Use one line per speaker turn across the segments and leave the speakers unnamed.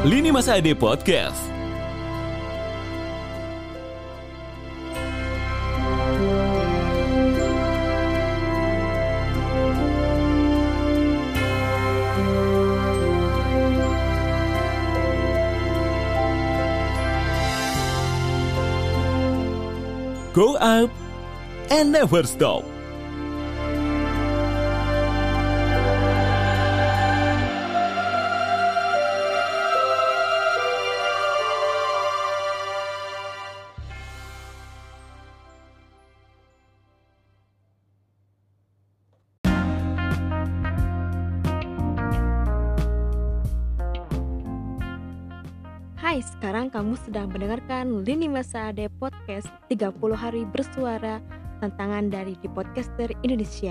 Lini Masa Ade Podcast. Go up and never stop.
Hai, sekarang kamu sedang mendengarkan Lini Masa Ade Podcast 30 hari bersuara, tantangan dari The Podcaster Indonesia.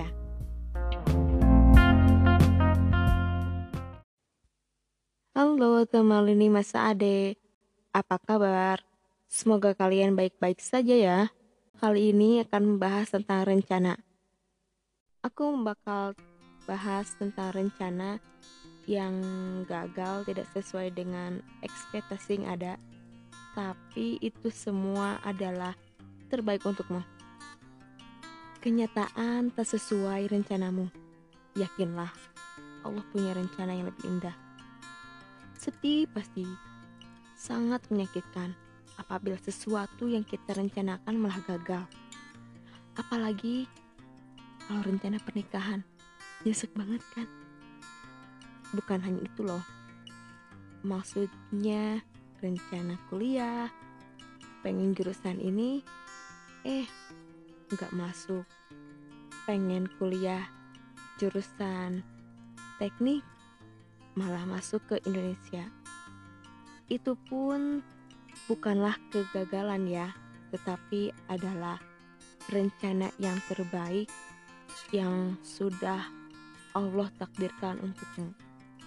Halo teman Lini Masa Ade, apa kabar? Semoga kalian baik-baik saja ya. Kali ini akan membahas tentang rencana. Aku bakal bahas tentang rencana yang gagal, tidak sesuai dengan ekspektasi yang ada, tapi itu semua adalah terbaik untukmu. Kenyataan tak sesuai rencanamu. Yakinlah, Allah punya rencana yang lebih indah. Sedih pasti sangat menyakitkan apabila sesuatu yang kita rencanakan malah gagal. Apalagi kalau rencana pernikahan, nyesek banget kan? Bukan hanya itu loh, maksudnya rencana kuliah, pengen jurusan ini, nggak masuk. Pengen kuliah jurusan teknik, malah masuk ke Indonesia. Itu pun bukanlah kegagalan ya, tetapi adalah rencana yang terbaik yang sudah Allah takdirkan untukmu.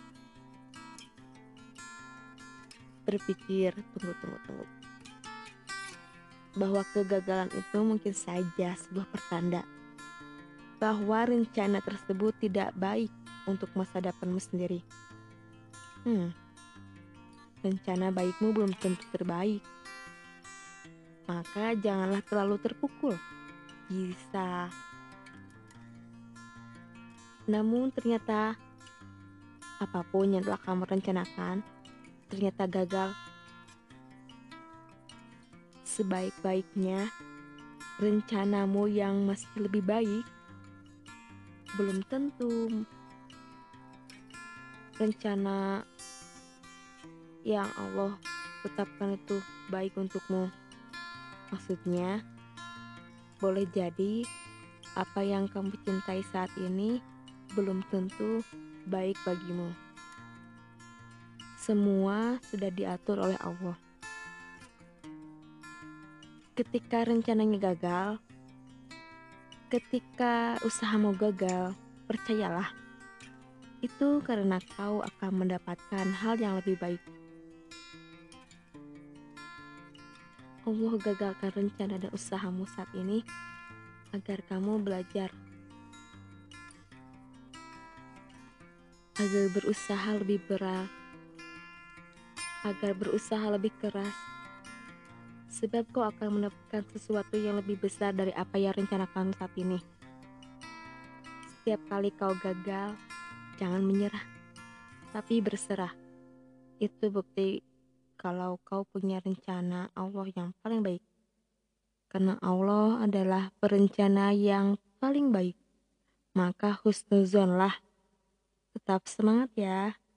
Berpikir, tunggu. Bahwa kegagalan itu mungkin saja sebuah pertanda bahwa rencana tersebut tidak baik untuk masa depanmu sendiri. Rencana baikmu belum tentu terbaik. Maka janganlah terlalu terpukul. Bisa. Namun ternyata apapun yang telah kamu rencanakan ternyata gagal. Sebaik-baiknya rencanamu yang masih lebih baik belum tentu rencana yang Allah tetapkan itu baik untukmu. Maksudnya, boleh jadi apa yang kamu cintai saat ini belum tentu baik bagimu. Semua sudah diatur oleh Allah. Ketika rencananya gagal, ketika usahamu gagal, percayalah, itu karena kau akan mendapatkan hal yang lebih baik. Allah gagalkan rencana dan usahamu saat ini agar kamu belajar, agar berusaha lebih berat, agar berusaha lebih keras, sebab kau akan mendapatkan sesuatu yang lebih besar dari apa yang rencanakan saat ini. Setiap kali kau gagal, jangan menyerah, tapi berserah. Itu bukti kalau kau punya rencana Allah yang paling baik. Karena Allah adalah perencana yang paling baik. Maka husnuzonlah. Tetap semangat ya.